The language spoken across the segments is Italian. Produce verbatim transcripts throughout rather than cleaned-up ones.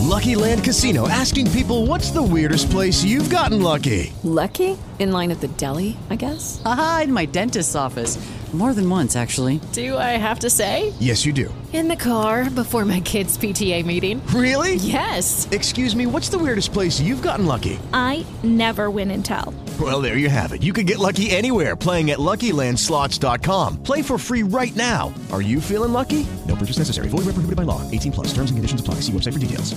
Lucky Land Casino, asking people, what's the weirdest place you've gotten lucky? Lucky? In line at the deli, I guess? Aha, in my dentist's office. More than once, actually. Do I have to say? Yes, you do. In the car before my kids' P T A meeting. Really? Yes. Excuse me, what's the weirdest place you've gotten lucky? I never win and tell. Well, there you have it. You can get lucky anywhere, playing at Lucky Land Slots dot com. Play for free right now. Are you feeling lucky? No purchase necessary. Void where prohibited by law. eighteen plus. Terms and conditions apply. See website for details.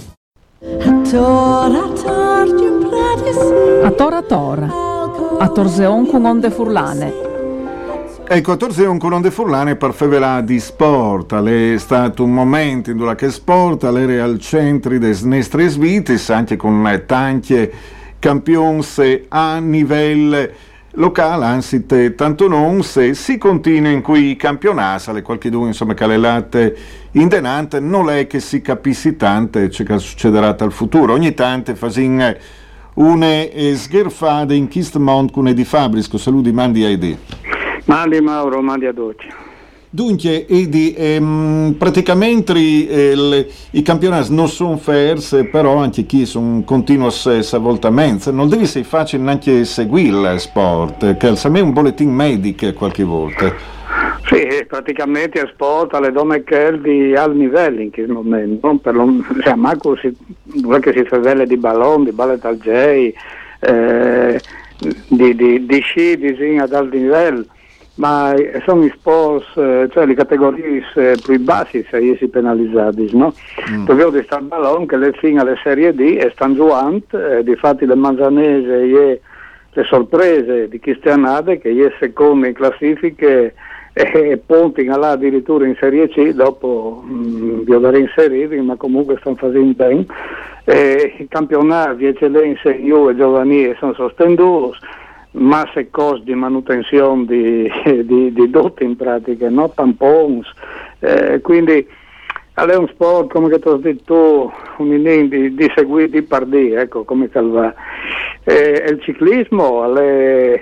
A tora tora, a torzeon con onde furlane. Ecco, a torzeon con onde furlane per fevelà di sport. È stato un momento in cui che sport era al centro dei nostri svitis, anche con tanti campioni a livello locale, anzi tanto non se si continua in cui campionati, alle qualche due insomma che le latte in denante non è che si capissi tante ciò che succederà al futuro. Ogni tanto fasin une sgherfade in Kistmont con di Fabrisco. Saluti, mandi ai di. Mandi Mauro, mandi a Doci. Dunque, Edi, ehm, praticamente eh, le, i campionati non sono fairs, però anche chi sono continuos avvoltamenti. Non devi essere facile neanche seguire il sport, che è un bollettino medico qualche volta. Sì, praticamente è sport alle donne che di al livello in questo momento, non per lo, cioè, manco si, non è che si fa velle di ballon, di ballet al jay, eh, di, di, di sci, di ad alto livello. Ma sono i sport, cioè le categorie più bassi se si penalizzati, no? Mm. Dove di sta ballon che le fino alle serie D e stanno giocando, eh, difatti le manzanese e le sorprese di Cristianade che è secondo in classifiche e punti là addirittura in serie C, dopo mh, vi ho da reinserire, ma comunque stanno facendo bene. Eh, I campionati di eccellenza io e giovanili sono sostenuti, masse costi di manutenzione di, di, di dotti in pratica, no? Tampons, eh, quindi è un sport come che ti ho detto un inning di, di seguire di pardì, ecco come calva. Eh, il ciclismo è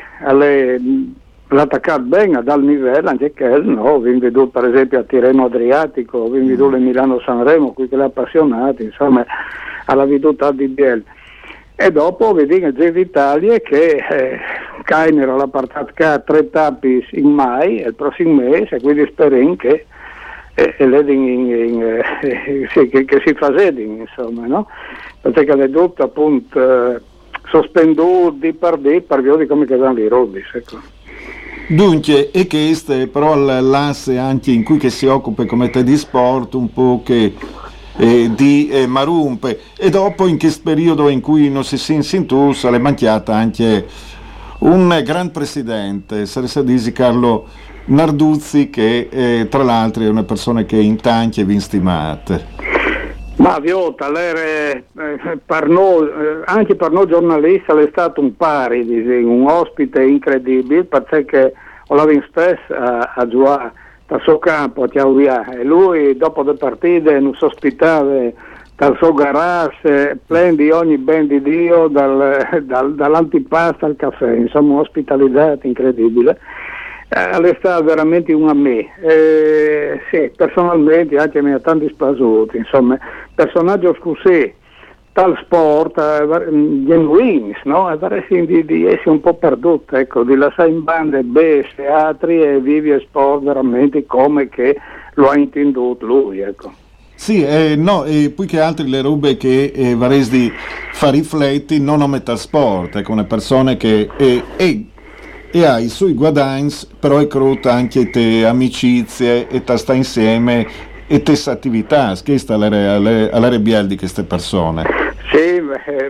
l'attaccato bene ad alto livello, anche che no? Vi vedo per esempio a Tirreno Adriatico, vi vedo a Milano Sanremo, qui che le appassionati, insomma alla veduta di Biel. E dopo vedi che c'è l'Italia che eh, cainero la partita tre tappi in mai il prossimo mese, quindi speriamo che, eh, in, in, eh, sì, che, che si fa insomma, no? Perché le dotte appunto eh, sospenduti per di per via di come che vanno i robis, ecco. Dunque, e che este però l'asse anche in cui che si occupa come te di sport un po' che Eh, di eh, Marumpe, e dopo in questo periodo in cui non si si intussa è manchiata anche un gran presidente, sarebbe disi Carlo Narduzzi, che eh, tra l'altro è una persona che in tanti è ben stimata. Ma Viota, eh, per noi, eh, anche per noi giornalisti è stato un pari, un ospite incredibile, perché ho l'avevo spesso a, a giocare dal suo campo a Chiauria, e lui dopo le partite non si ospitava dal suo garage, plendi ogni ben di Dio, dal, dal, dall'antipasta al caffè, insomma un'ospitalità incredibile. Eh, è stato veramente un a me, eh, sì, personalmente anche mi ha tanti spasuti, insomma, personaggio scusi tal sport, eh, genuini, no? E di, di essere un po' perduto, ecco, di lasciare in bande B, teatri e vivi e sport veramente come che lo ha intenduto lui, ecco. Sì, eh, no, e poi che altri le robe che eh, varesti fa rifletti non a metà sport, ecco, una persona che è, è, e ha i suoi guadagni, però è cruta anche te amicizie e te sta insieme e te attività, che sta alla biel di queste persone. Sì, eh,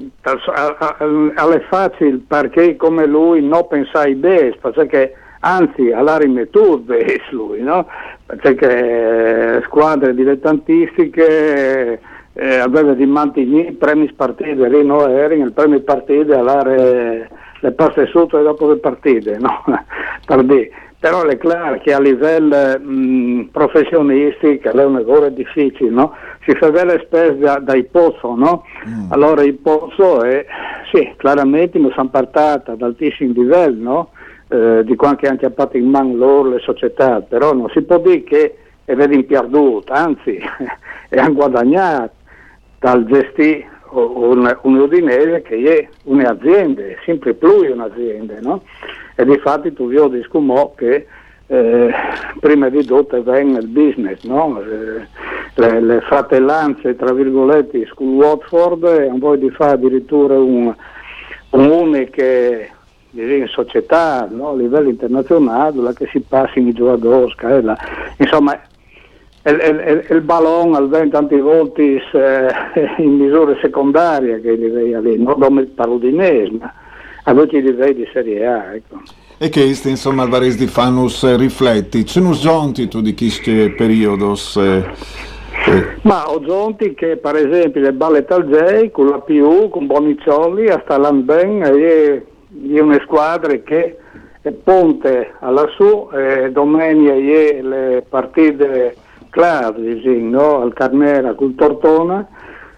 è facile perché come lui non pensai bene, perché anzi all'arime tu bene lui, no? Perché eh, squadre dilettantistiche eh, aveva di mantenere premi partite, lì no erano il premio partite all'area le passe sotto e dopo le partite, no? Però è chiaro che a livello mh, professionistico è una cosa difficile, no? Si fa delle spese da, dai pozzo, no? Mm. Allora il pozzo è, sì, chiaramente non sono partita ad altissimo livello, no? Eh, di quanto anche ha fatto in mano loro le società, però non si può dire che è perduto, anzi, e hanno guadagnato dal gestire un, un Udinese che è un'azienda, sempre più un'azienda, no? E difatti tu vedi come che eh, prima di tutto viene il business, no? le, le fratellanze tra virgolette con Watford e un po' di fare addirittura un, un'unica in società, no? A livello internazionale che si passano i giocatori, insomma il, il, il ballone al vento tante volte eh, in misure secondarie che li lì, non parlo di Udinese, ma a tutti i livelli di Serie A, ecco. E che questo, insomma, al Vares di Fanus rifletti. C'è un giunti tu di questo periodo? Eh, eh. Ma ho giunti che, per esempio, le balle Talgei, con la P U, con Boniccioli, hasta l'Anben, è una squadra che è ponte alla su, e domenica è le partite classiche, no? Al Carnera, col Tortona,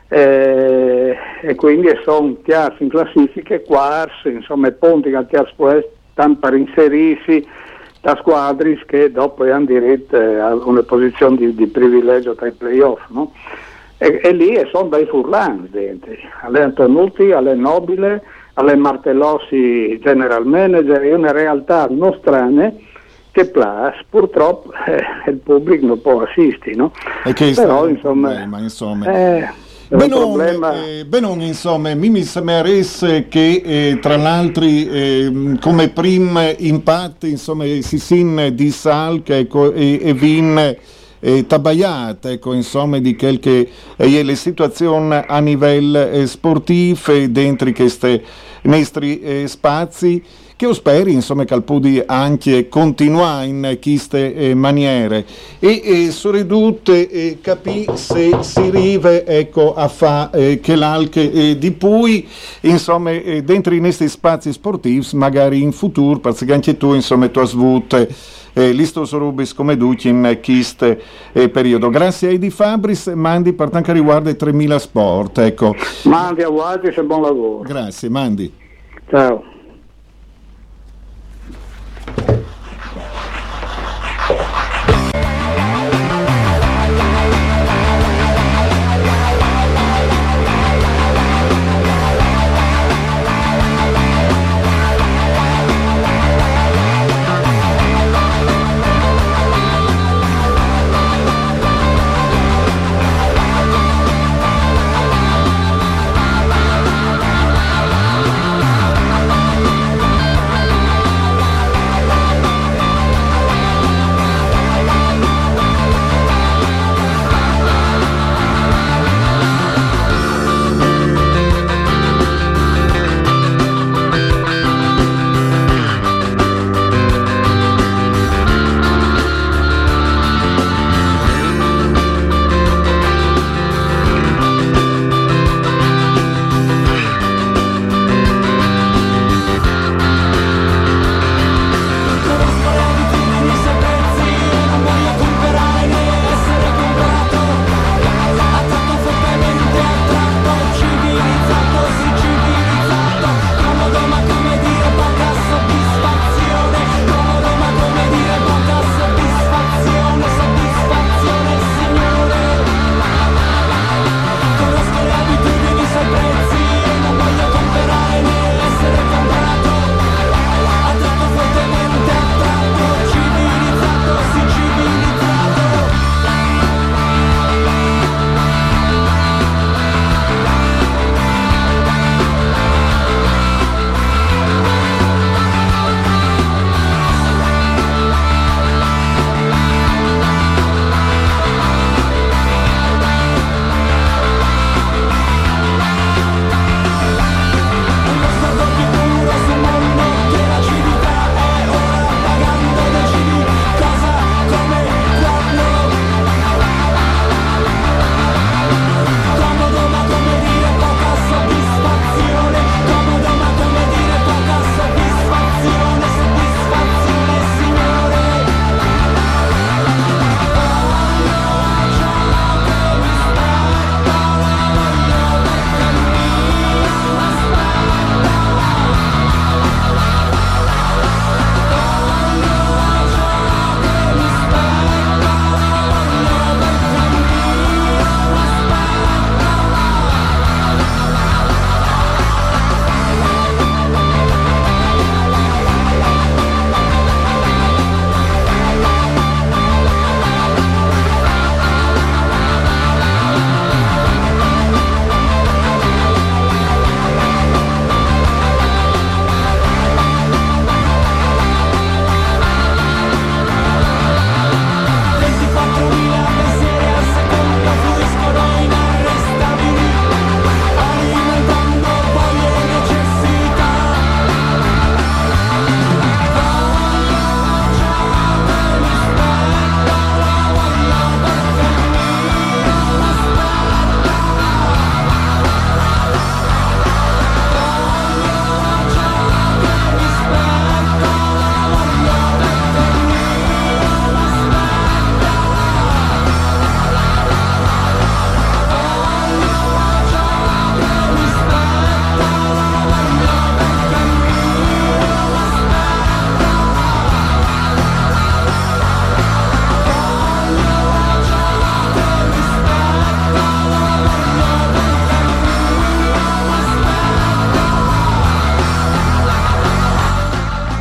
eh, e quindi sono chiarsi in classifiche, quarti, insomma, ponti che chiarsi per inserirsi da squadre che dopo hanno diritto a una posizione di, di privilegio tra i playoff, no? E, e lì sono dai furlani dentro, alle Antonuti, alle Nobile, alle Martellossi general manager, è una realtà nostrana che plus, purtroppo eh, il pubblico non può assistere, no? E che però sta insomma, problema, insomma. Eh, Benon, problema... eh, Benon, insomma, mi mi sembra che eh, tra l'altro eh, come primo impatto, insomma, si sin di Sal ecco, e, e vin eh, tabaiata, ecco, insomma, di quel che è le situazioni a livello eh, sportivo e dentro questi nostri eh, spazi, che io spero, insomma, che al pudi anche continuare in queste eh, maniere e, e soprattutto eh, capire se si arriva, ecco, a fare eh, che l'alche eh, di poi, insomma, eh, dentro i nostri spazi sportivi, magari in futuro, perché anche tu, insomma, tu hai avuto eh, l'istos rubis come duci in questo eh, periodo. Grazie ai di Fabris, Mandi, per tanto riguarda i tremila sport, ecco. Mandi a voi e buon lavoro. Grazie, Mandi. Ciao.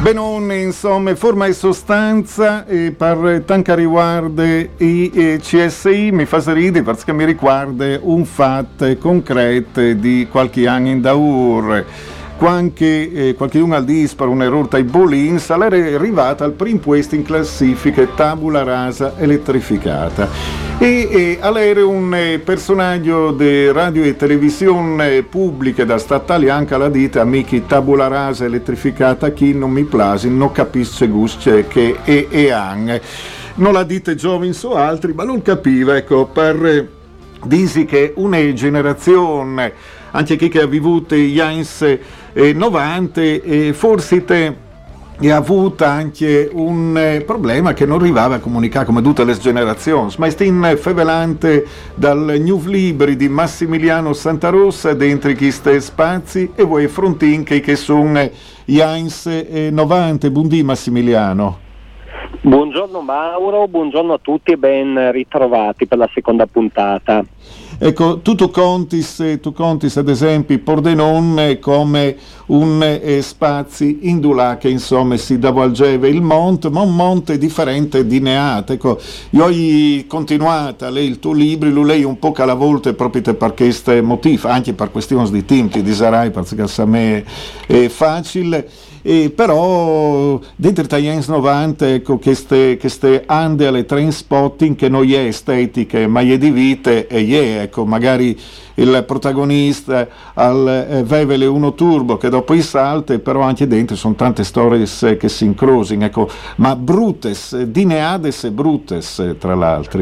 Benon, insomma, forma e sostanza, e per tanto riguarda i eh, C S I mi fa ridere perché mi riguarda un fatto concreto di qualche anno in daur. Qualche, eh, qualche uno al dis per un errore ai Bolin, era arrivata al primo posto in classifiche tabula rasa elettrificata e, e era un eh, personaggio di radio e televisione pubbliche da statali anche alla dita amici tabula rasa elettrificata chi non mi plasi non capisce gusto che è, è an non la dite giovani su altri ma non capiva ecco per eh, disi che una generazione anche chi che ha vivuto gli anni eh, novanta e forse te ha avuto anche un eh, problema che non arrivava a comunicare come tutte le generazioni, ma è in fevelante dal New Libri di Massimiliano Santarossa dentro questi spazi e voi frontin che sono gli anni eh, novanta. Buondì Massimiliano. Buongiorno Mauro, buongiorno a tutti e ben ritrovati per la seconda puntata. Ecco, tu, tu contis, tu contis ad esempio Pordenone come un eh, spazio indulà che insomma si davolgeva il monte, ma un monte differente di Neat. Ecco, io ho continuato a leggere il tuo libro, lo lei un po' alla volta proprio per questo motivo, anche per questioni di tempi, di sarai, perché a me è facile. E però dentro gli anni novanta ecco queste, queste ande alle train spotting che non è estetiche ma è di vite e è ecco magari il protagonista al eh, Vevele uno turbo che dopo i salti però anche dentro sono tante storie che si incrosino ecco ma brutes, dineades e brutes tra l'altro.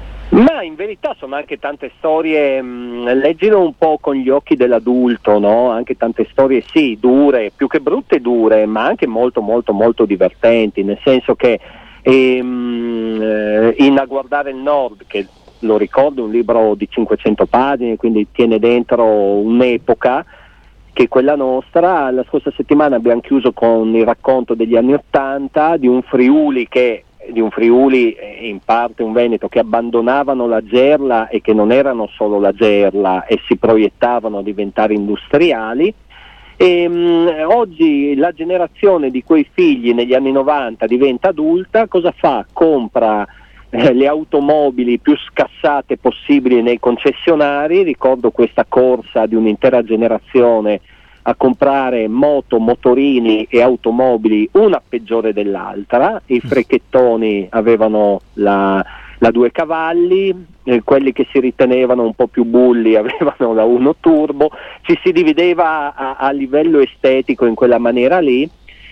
Ma in verità sono anche tante storie, mh, leggilo un po' con gli occhi dell'adulto, no? Anche tante storie sì, dure, più che brutte dure, ma anche molto molto molto divertenti, nel senso che ehm, in A guardare il Nord, che lo ricordo è un libro di cinquecento pagine, quindi tiene dentro un'epoca che è quella nostra. La scorsa settimana abbiamo chiuso con il racconto degli anni Ottanta di un Friuli che di un Friuli e in parte un Veneto che abbandonavano la gerla e che non erano solo la gerla e si proiettavano a diventare industriali e mh, oggi la generazione di quei figli negli anni novanta diventa adulta, cosa fa? Compra eh, le automobili più scassate possibili nei concessionari. Ricordo questa corsa di un'intera generazione a comprare moto, motorini e automobili una peggiore dell'altra. I frecchettoni avevano la, la due cavalli, eh, quelli che si ritenevano un po' più bulli avevano la uno turbo, ci si divideva a, a livello estetico in quella maniera lì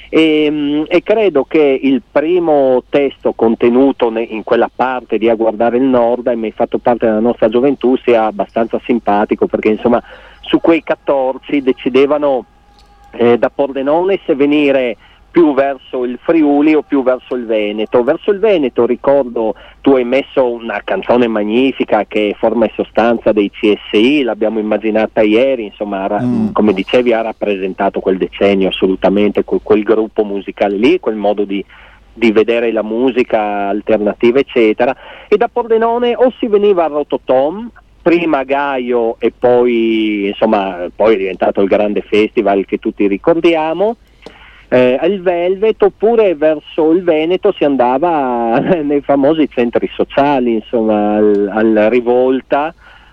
e, e credo che il primo testo contenuto ne, in quella parte di A guardare il Nord, e mi hai fatto parte della nostra gioventù, sia abbastanza simpatico perché insomma su quei quattordici decidevano eh, da Pordenone se venire più verso il Friuli o più verso il Veneto. Verso il Veneto ricordo tu hai messo una canzone magnifica che è forma e sostanza dei C S I, l'abbiamo immaginata ieri, insomma ra- mm. come dicevi ha rappresentato quel decennio assolutamente, quel, quel gruppo musicale lì, quel modo di di vedere la musica alternativa eccetera. E da Pordenone o si veniva a Rototom, prima Gaio e poi insomma poi è diventato il grande festival che tutti ricordiamo, eh, il Velvet, oppure verso il Veneto si andava nei famosi centri sociali, insomma al, al Rivolta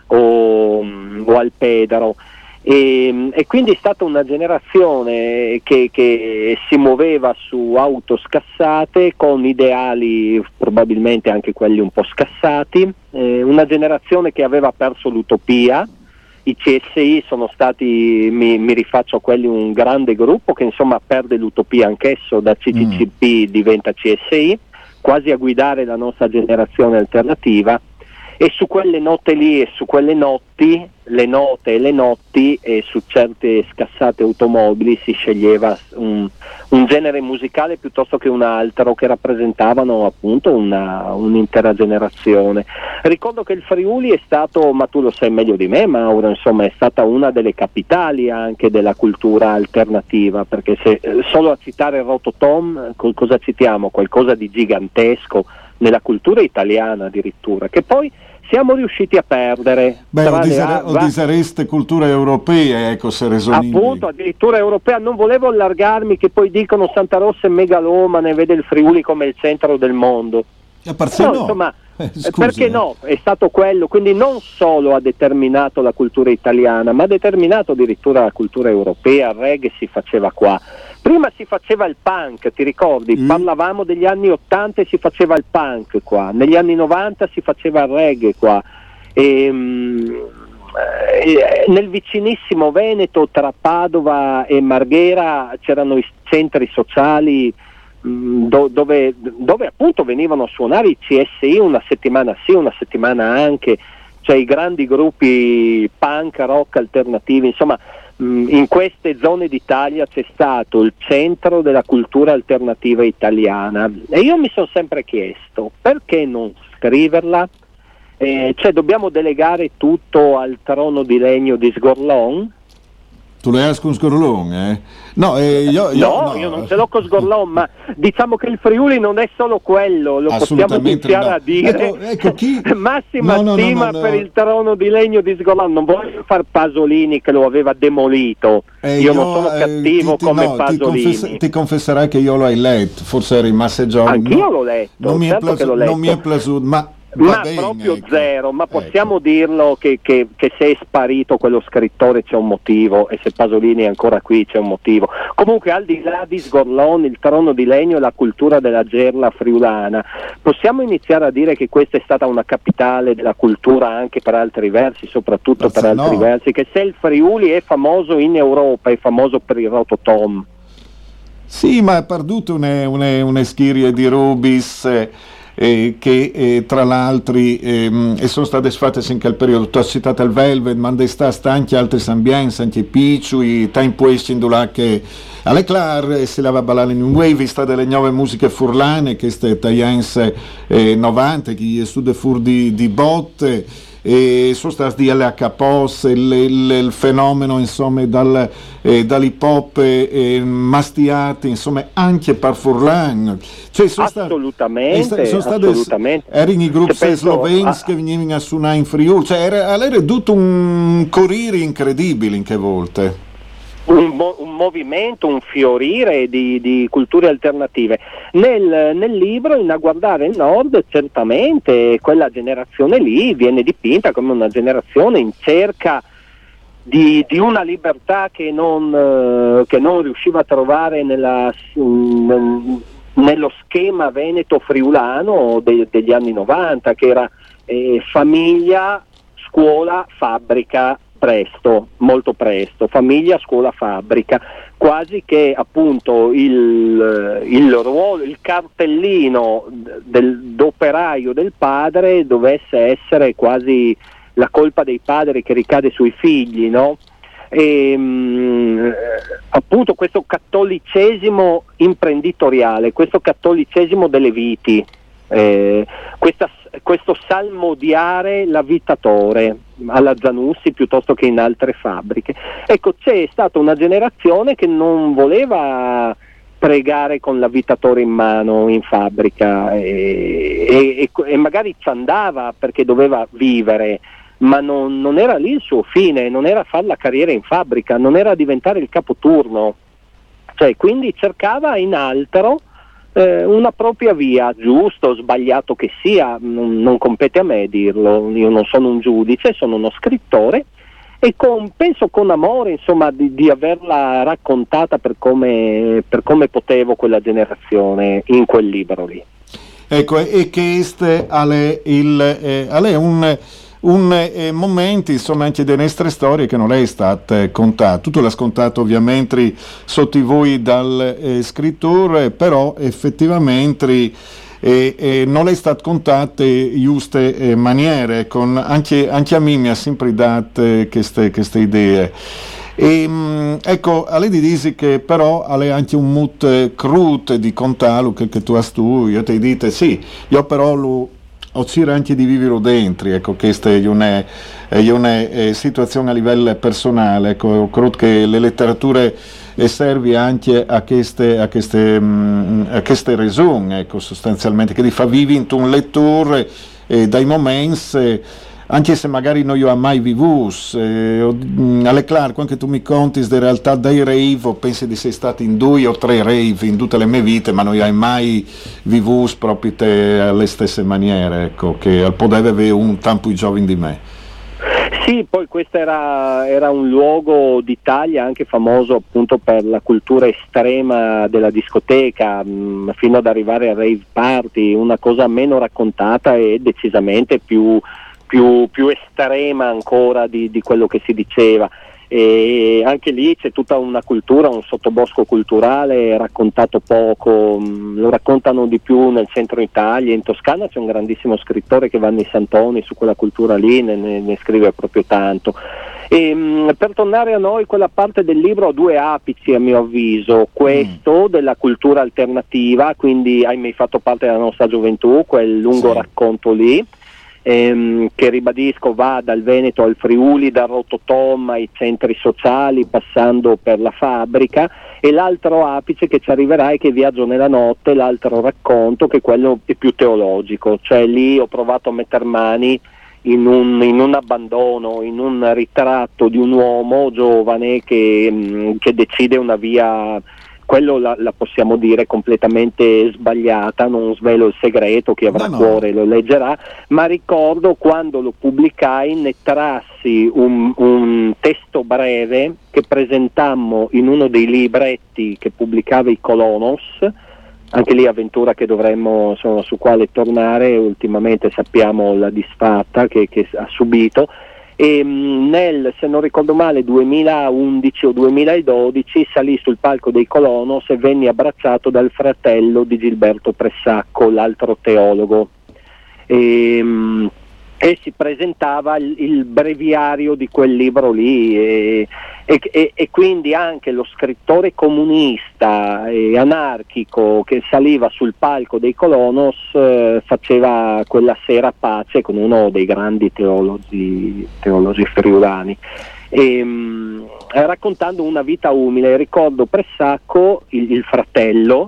o, o al Pedaro. E, e quindi è stata una generazione che, che si muoveva su auto scassate con ideali probabilmente anche quelli un po' scassati, eh, una generazione che aveva perso l'utopia. I C S I sono stati, mi, mi rifaccio a quelli, un grande gruppo che insomma perde l'utopia anch'esso, da C C C P mm. diventa C S I, quasi a guidare la nostra generazione alternativa. E su quelle note lì e su quelle notti, le note e le notti, e su certe scassate automobili si sceglieva un, un genere musicale piuttosto che un altro, che rappresentavano appunto una, un'intera generazione. Ricordo che il Friuli è stato, ma tu lo sai meglio di me Mauro, insomma è stata una delle capitali anche della cultura alternativa, perché se solo a citare Rototom cosa citiamo? Qualcosa di gigantesco nella cultura italiana addirittura, che poi siamo riusciti a perdere. Beh, o, disere, a, o disereste culture europee, ecco, se resonibili. Appunto, addirittura europea, non volevo allargarmi, che poi dicono Santa Rossa è megalomane, vede il Friuli come il centro del mondo. A par sé no, no. Insomma, eh, scusa, perché eh. no? È stato quello, quindi non solo ha determinato la cultura italiana, ma ha determinato addirittura la cultura europea. Il reggae si faceva qua. Prima si faceva il punk, ti ricordi? Mm. Parlavamo degli anni ottanta e si faceva il punk qua, negli anni novanta si faceva il reggae qua. E, um, eh, nel vicinissimo Veneto, tra Padova e Marghera, c'erano i centri sociali mh, do, dove, dove appunto venivano a suonare i C S I una settimana sì, una settimana anche, cioè i grandi gruppi punk, rock alternativi, insomma. In queste zone d'Italia c'è stato il centro della cultura alternativa italiana e io mi sono sempre chiesto perché non scriverla, eh, cioè dobbiamo delegare tutto al trono di legno di Sgorlon? Tu le hai con Sgorlon, eh? No, eh, io, io, no, no, io non ce l'ho con Sgorlon, ma diciamo che il Friuli non è solo quello, lo possiamo iniziare no. a dire. Ecco, ecco chi... Massima no, no, stima no, no, no. per il trono di legno di Sgorlon, non voglio far Pasolini che lo aveva demolito, eh, io, io non sono eh, cattivo ti, ti, come no, Pasolini. Ti, confess- ti confesserai che io l'ho letto, forse eri rimasto giovane. Anch'io no, l'ho letto, non mi, certo è plasu- che l'ho letto. non mi è piaciuto, ma... Ma bene, proprio ecco. zero, ma possiamo ecco. dirlo che, che, che se è sparito quello scrittore c'è un motivo e se Pasolini è ancora qui c'è un motivo. Comunque al di là di Sgorlon, il trono di legno e la cultura della gerla friulana, possiamo iniziare a dire che questa è stata una capitale della cultura anche per altri versi, soprattutto Forse per altri no. versi, che se il Friuli è famoso in Europa è famoso per il rototom. Sì, ma ha perduto une, une, une schirie di rubis eh, eh, che eh, tra l'altro eh, e sono state fatte in quel periodo. Tu hai citato il Velvet, ma ne sta anche altri ambienti, anche i Picciui, time in là che alle clar si lava a ballare in un wave, sta delle nuove musiche furlane, che ste tagliense eh, novanta, che è studio fur di, di botte, e sono stati alle H P O S, il, il, il fenomeno insomma dal, eh, dall'hip hop eh, mastiati insomma anche per Furlan, cioè, sono assolutamente, stati, sono stati, assolutamente. erano i gruppi sloveni a... che venivano a suonare in Friuli, cioè era, era tutto un correre incredibile in che volte. Un, mo- un movimento, un fiorire di, di culture alternative. Nel, nel libro, in A guardare il Nord, certamente quella generazione lì viene dipinta come una generazione in cerca di, di una libertà che non, eh, che non riusciva a trovare nella, nel, nello schema veneto-friulano de, degli anni novanta, che era eh, famiglia, scuola, fabbrica, presto, molto presto, famiglia, scuola, fabbrica, quasi che appunto il, il ruolo, il cartellino del, d'operaio del padre dovesse essere quasi la colpa dei padri che ricade sui figli, no? E, mh, appunto questo cattolicesimo imprenditoriale, questo cattolicesimo delle viti, eh, questa, questo salmodiare l'avvitatore alla Zanussi piuttosto che in altre fabbriche. Ecco, c'è stata una generazione che non voleva pregare con l'avvitatore in mano in fabbrica e, e, e magari ci andava perché doveva vivere, ma non, non era lì il suo fine, non era fare la carriera in fabbrica, non era diventare il capoturno, cioè quindi cercava in altro eh, una propria via, giusto o sbagliato che sia, non, non compete a me dirlo, io non sono un giudice, sono uno scrittore e con, penso con amore insomma di, di averla raccontata per come, per come potevo quella generazione in quel libro lì. Ecco, e che este alle, il, eh, alle un un eh, momento insomma anche delle nostre storie che non è stato eh, contato, tutto l'ha scontato ovviamente sotto voi dal eh, scrittore, però effettivamente eh, eh, non è stato contato in giuste eh, maniere, con, anche, anche a me mi ha sempre dato eh, queste, queste idee. E, mh, ecco, a lei dici che però ha anche un mood crudo di contarlo che, che tu hai tu, io ti dite sì, io però lo ho cercato anche di viverlo dentro, ecco, questa è una, è una è situazione a livello personale, ecco, credo che le letterature serve anche a queste, a queste, a queste ragioni, ecco, sostanzialmente, che ti fa vivere un lettore eh, dai moments, eh, anche se magari non io ho mai vivuto, eh, alle Clark, anche tu mi conti in realtà dai rave, o pensi di sei stato in due o tre rave in tutte le mie vite, ma non hai mai vivuto proprio te alle stesse maniere, ecco, che poteva avere un tempo più giovane di me. Sì, poi questo era, era un luogo d'Italia anche famoso appunto per la cultura estrema della discoteca, mh, fino ad arrivare a rave party, una cosa meno raccontata e decisamente più, più, più estrema ancora di, di quello che si diceva. E anche lì c'è tutta una cultura, un sottobosco culturale raccontato poco, mh, lo raccontano di più nel centro Italia. In Toscana c'è un grandissimo scrittore che Vanni Santoni, su quella cultura lì ne, ne, ne scrive proprio tanto. E, mh, per tornare a noi, quella parte del libro ha due apici a mio avviso, questo mm. della cultura alternativa, quindi hai mai fatto parte della nostra gioventù, quel lungo sì. racconto lì, Ehm, che ribadisco va dal Veneto al Friuli, dal Rototom ai centri sociali, passando per la fabbrica, e l'altro apice che ci arriverà è che Viaggio nella notte, l'altro racconto, che è quello più teologico, cioè lì ho provato a metter mani in un, in un abbandono, in un ritratto di un uomo giovane che, mh, che decide una via, quello la, la possiamo dire completamente sbagliata, non svelo il segreto, chi avrà no, no. cuore lo leggerà, ma ricordo quando lo pubblicai ne trassi un, un testo breve che presentammo in uno dei libretti che pubblicava i Colonos, anche lì avventura che dovremmo, insomma, su quale tornare, ultimamente sappiamo la disfatta che, che ha subito. E nel, se non ricordo male, duemilaundici o duemiladodici salì sul palco dei Colonos e venni abbracciato dal fratello di Gilberto Pressacco, l'altro teologo, e, e si presentava il, il breviario di quel libro lì, e, e, e, e quindi anche lo scrittore comunista e anarchico che saliva sul palco dei Colonos eh, faceva quella sera pace con uno dei grandi teologi, teologi friulani, e, mh, raccontando una vita umile. Ricordo Pressacco, il, il fratello,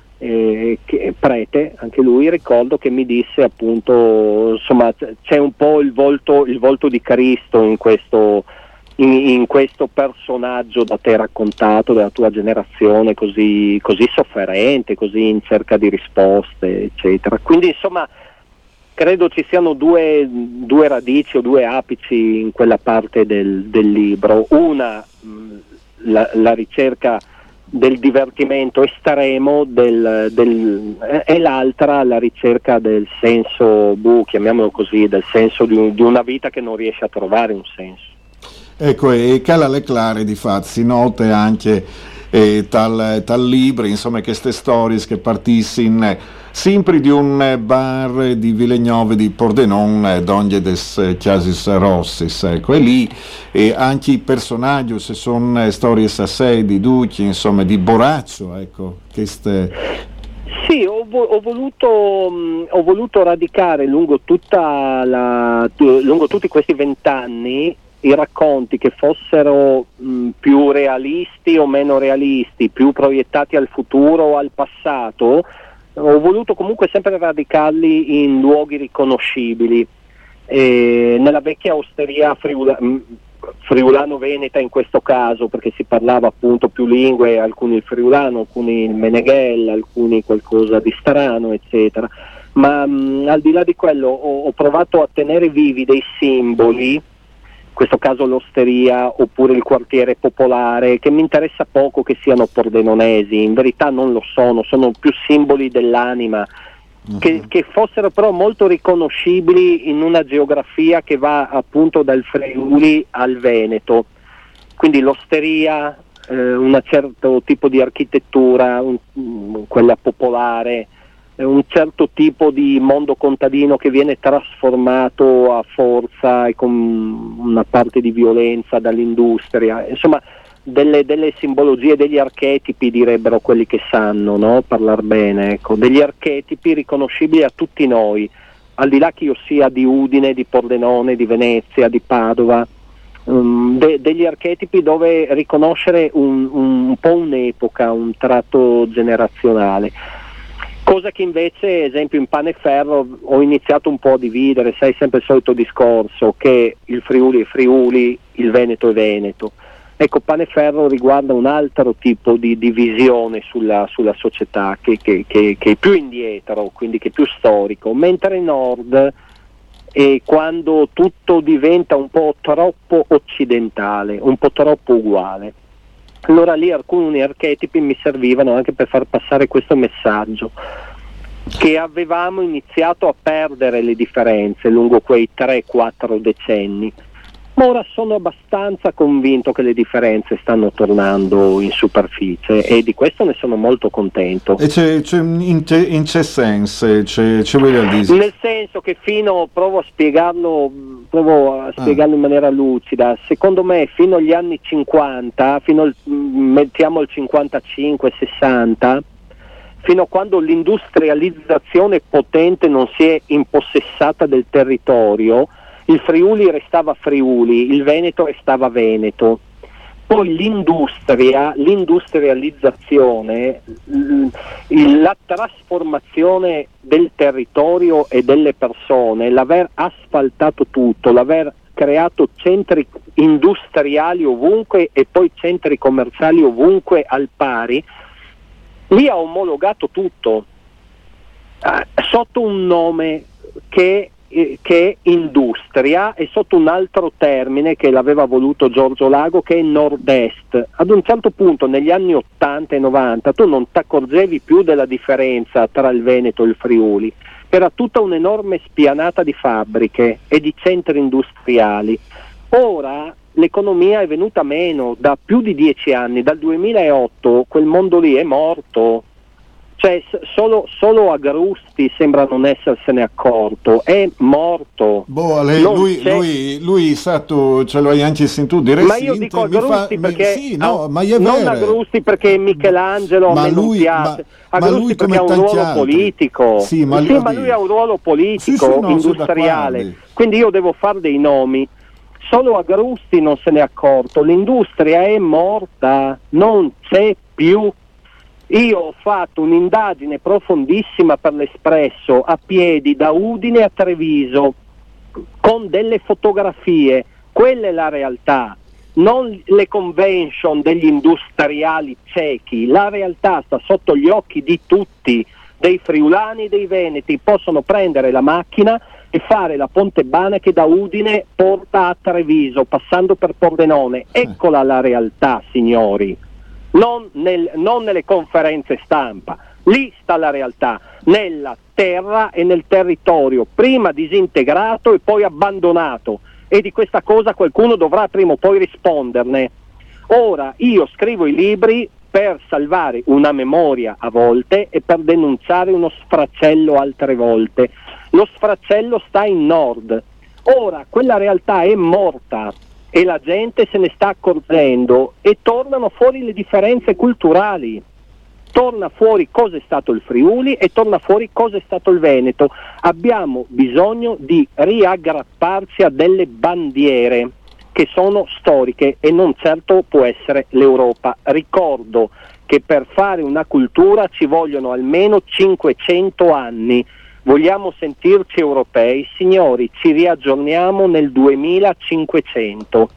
Eh, che prete, anche lui, ricordo che mi disse appunto, insomma, c'è un po' il volto, il volto di Cristo in questo, in, in questo personaggio da te raccontato, della tua generazione, così, così sofferente, così in cerca di risposte, eccetera. Quindi insomma credo ci siano due, due radici o due apici in quella parte del, del libro. Una, mh, la, la ricerca del divertimento estremo del, del, e l'altra la ricerca del senso, boh, chiamiamolo così, del senso di, un, di una vita che non riesce a trovare un senso. Ecco, e Cala Leclare di fatto si nota anche eh, tal, tal libro, insomma, queste storie che partissin sempre di un bar di Vilegnove di Pordenone, donde des Chiasis Rossis, ecco, e lì e anche i personaggi, se sono storie a sé di Ducci, insomma, di Boraccio, ecco, queste... Sì, ho, vo- ho, voluto, mh, ho voluto radicare lungo, tutta la, tu, lungo tutti questi vent'anni i racconti che fossero mh, più realisti o meno realisti, più proiettati al futuro o al passato. Ho voluto comunque sempre radicarli in luoghi riconoscibili, e nella vecchia osteria friula, friulano-veneta in questo caso, perché si parlava appunto più lingue, alcuni il friulano, alcuni il meneghel, alcuni qualcosa di strano, eccetera. Ma mh, al di là di quello ho, ho provato a tenere vivi dei simboli, in questo caso l'osteria oppure il quartiere popolare, che mi interessa poco che siano pordenonesi, in verità non lo sono, sono più simboli dell'anima, uh-huh. che, che fossero però molto riconoscibili in una geografia che va appunto dal Friuli al Veneto, quindi l'osteria, eh, un certo tipo di architettura, un, quella popolare, un certo tipo di mondo contadino che viene trasformato a forza e con una parte di violenza dall'industria, insomma delle, delle simbologie, degli archetipi, direbbero quelli che sanno, no? Parlar bene, ecco, degli archetipi riconoscibili a tutti noi, al di là che io sia di Udine, di Pordenone, di Venezia, di Padova, um, de, degli archetipi dove riconoscere un, un, un po' un'epoca, un tratto generazionale. cosa che invece, esempio in Pane e Ferro, ho iniziato un po' a dividere, sai, sempre il solito discorso che il Friuli è Friuli, il Veneto è Veneto. Ecco, Pane e Ferro riguarda un altro tipo di divisione sulla, sulla società che, che, che, che è più indietro, quindi che è più storico, mentre Nord è quando tutto diventa un po' troppo occidentale, un po' troppo uguale. Allora lì alcuni archetipi mi servivano anche per far passare questo messaggio, che avevamo iniziato a perdere le differenze lungo quei tre quattro decenni, ma ora sono abbastanza convinto che le differenze stanno tornando in superficie e di questo ne sono molto contento. E c'è, c'è in, c'è, in che senso? C'è, c'è Nel senso che fino, provo a spiegarlo, provo a spiegarlo ah. in maniera lucida, secondo me fino agli anni cinquanta, fino al, mettiamo al cinquantacinque sessanta, fino a quando l'industrializzazione potente non si è impossessata del territorio, il Friuli restava Friuli, il Veneto restava Veneto. Poi l'industria, l'industrializzazione, la trasformazione del territorio e delle persone, l'aver asfaltato tutto, l'aver creato centri industriali ovunque e poi centri commerciali ovunque al pari, lì ha omologato tutto eh, sotto un nome che che è industria e sotto un altro termine che l'aveva voluto Giorgio Lago, che è nord-est. Ad un certo punto negli anni ottanta e novanta tu non ti accorgevi più della differenza tra il Veneto e il Friuli, era tutta un'enorme spianata di fabbriche e di centri industriali. Ora l'economia è venuta meno da più di dieci anni, dal duemilaotto quel mondo lì è morto. Cioè solo, solo Agrusti sembra non essersene accorto, è morto. Boh, lei, lui, lui, lui stato, ce lo hai anche sentito dire. Ma io dico Agrusti fa, perché mi, sì, no, ma è non Agrusti perché Michelangelo ma a me lui, non piace, ma, Agrusti ma lui perché ha un ruolo altri. politico. Sì, ma, sì, ma lui ha un ruolo politico, sì, sì, no, industriale. Quindi io devo fare dei nomi. Solo Agrusti non se n'è accorto, l'industria è morta, non c'è più. Io ho fatto un'indagine profondissima per l'Espresso a piedi da Udine a Treviso con delle fotografie, quella è la realtà, non le convention degli industriali ciechi, la realtà sta sotto gli occhi di tutti, dei friulani e dei veneti, possono prendere la macchina e fare la Pontebana che da Udine porta a Treviso passando per Pordenone, eccola la realtà signori. Non, nel, non nelle conferenze stampa, lì sta la realtà, nella terra e nel territorio, prima disintegrato e poi abbandonato, e di questa cosa qualcuno dovrà prima o poi risponderne. Ora io scrivo i libri per salvare una memoria a volte e per denunciare uno sfracello altre volte. Lo sfracello sta in nord, ora quella realtà è morta e la gente se ne sta accorgendo e tornano fuori le differenze culturali, torna fuori cosa è stato il Friuli e torna fuori cosa è stato il Veneto. Abbiamo bisogno di riaggrapparci a delle bandiere che sono storiche e non certo può essere l'Europa. Ricordo che per fare una cultura ci vogliono almeno cinquecento anni. Vogliamo sentirci europei? Signori, ci riaggiorniamo nel duemilacinquecento.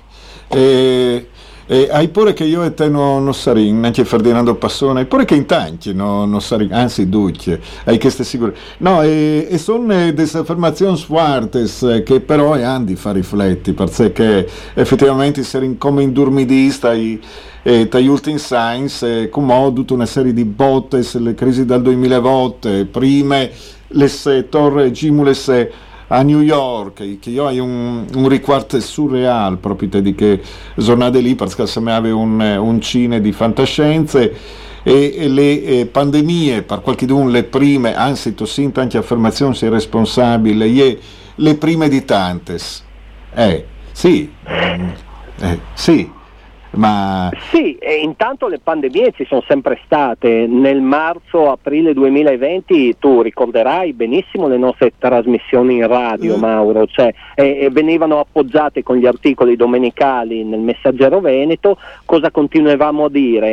E, e hai pure che io e te non no saremo, neanche Ferdinando Passone, hai pure che in tanti non no saremo, anzi duce, hai che stai sicuro. No, e, e sono delle affermazioni forti che però hanno di far rifletti, perché effettivamente essere come indurmidista e tra gli ultimi science, come ho avuto una serie di botte, le crisi dal duemilaventi, prime le torre Gimules a New York, che io ho un, un ricordo surreale proprio di che giornate lì, perché se mi aveva un, un cine di fantascienze e, e le e pandemie, per qualche d'uno le prime, anzi tu senti anche affermazioni sei responsabile, le, le prime di tantes. Eh, sì, eh, sì. Ma... Sì, e intanto le pandemie ci sono sempre state. Nel marzo-aprile duemilaventi tu ricorderai benissimo le nostre trasmissioni in radio, mm. Mauro, cioè, e, e venivano appoggiate con gli articoli domenicali nel Messaggero Veneto. Cosa continuavamo a dire?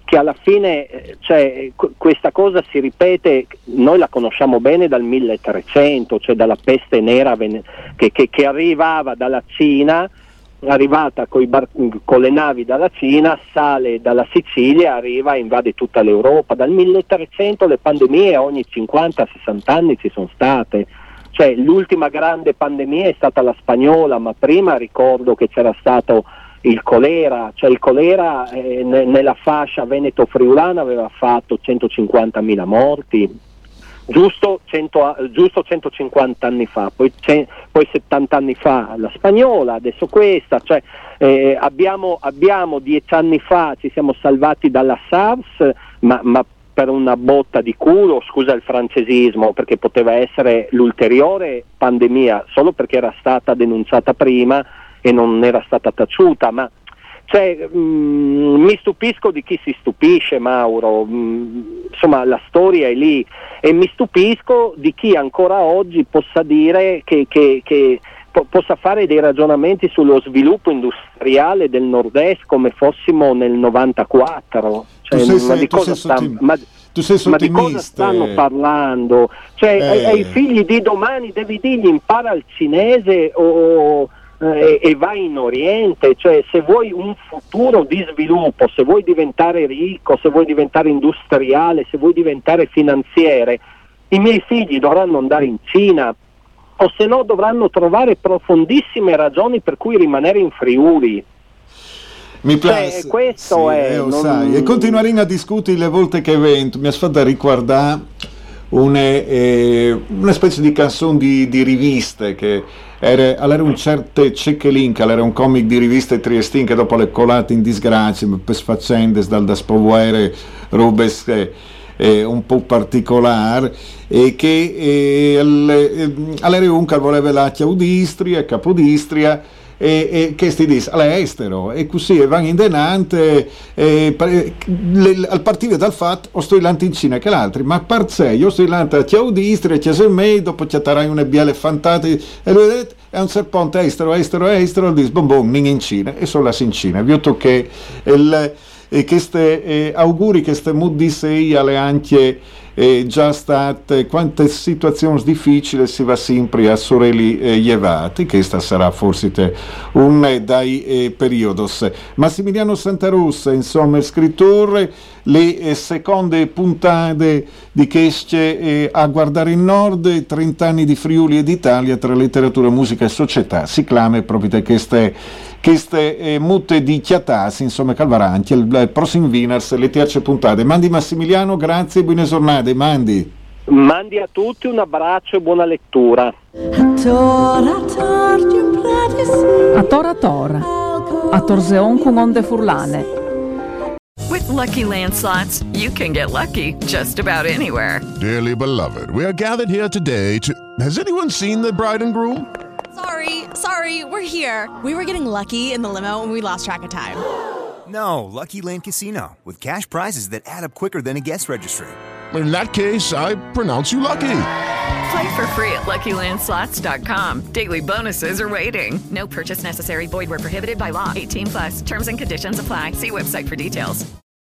che alla fine eh, cioè, qu- questa cosa si ripete, noi la conosciamo bene dal milletrecento, cioè dalla peste nera ven- che, che, che arrivava dalla Cina, arrivata coi bar- con le navi dalla Cina, sale dalla Sicilia, arriva e invade tutta l'Europa. Dal milletrecento le pandemie ogni cinquanta sessanta anni ci sono state, cioè l'ultima grande pandemia è stata la spagnola, ma prima ricordo che c'era stato il colera, cioè il colera eh, ne- nella fascia veneto-friulana aveva fatto centocinquantamila morti, giusto, cento, giusto centocinquanta anni fa, poi, ce- poi settanta anni fa la spagnola, adesso questa, cioè eh, abbiamo, abbiamo dieci anni fa ci siamo salvati dalla SARS, ma, ma per una botta di culo, scusa il francesismo, perché poteva essere l'ulteriore pandemia solo perché era stata denunciata prima e non era stata taciuta, ma cioè, mh, mi stupisco di chi si stupisce, Mauro, mh, insomma la storia è lì, e mi stupisco di chi ancora oggi possa dire che, che, che po- possa fare dei ragionamenti sullo sviluppo industriale del nord-est come fossimo nel novantaquattro. Cioè, tu sei, ma di tu cosa sei stanno, sottim- ma, tu sei ma di cosa stanno parlando? Cioè, Eh. ai, ai figli di domani devi dirgli impara il cinese o eh, e vai in Oriente, cioè se vuoi un futuro di sviluppo, se vuoi diventare ricco, se vuoi diventare industriale, se vuoi diventare finanziere, i miei figli dovranno andare in Cina, o se no dovranno trovare profondissime ragioni per cui rimanere in Friuli. Mi Cioè, piace, questo sì, è, eh, lo non- sai. E continueremo a discutere le volte che evento. Mi ha fatto ricordare una, eh, una specie di canzone di, di riviste che era, era un certo Cechelin, che era un comic di riviste triestine che dopo le colate in disgrazia per sfaccende dal da spovuere rubes eh, eh, un po' particolare, e che eh, all'era un che voleva la chiaudistria, capodistria, e, e che si dice all'estero, e così e vanno in denante e, pre- le, al partire dal fatto o sto in Cina che l'altri, ma a parte sé io sto in a chiaudistria, chiese me, dopo ci tarai una biele fantate e lui ha detto è un serponte estero, estero, estero, dice bom bom, nin in Cina, e sono là in Cina, vi ho che il e queste eh, auguri che ste mudissei alle anche eh, già state quante situazioni difficili si va sempre a sorelli eh, llevati, che questa sarà forse te un eh, dai eh, periodos. Massimiliano Santarossa, insomma, il scrittore, le eh, seconde puntate di Chesce eh, a guardare il nord, trenta anni di Friuli e d'Italia tra letteratura, musica e società, si clama proprio da queste queste eh, mutte di chiatasi, insomma, calvaranti, il, il prossimo Winners, le terze puntate. Mandi Massimiliano, grazie e buone giornate, mandi. Mandi a tutti un abbraccio e buona lettura. A tora tora, a torzeon con onde furlane. With Lucky Land Slots, you can get lucky just about anywhere. Dearly beloved, we are gathered here today to... Has anyone seen the bride and groom? Sorry, sorry, we're here. We were getting lucky in the limo and we lost track of time. No, Lucky Land Casino, with cash prizes that add up quicker than a guest registry. In that case, I pronounce you lucky. Play for free at Lucky Land Slots dot com. Daily bonuses are waiting. No purchase necessary. Void where prohibited by law. eighteen plus. Terms and conditions apply. See website for details.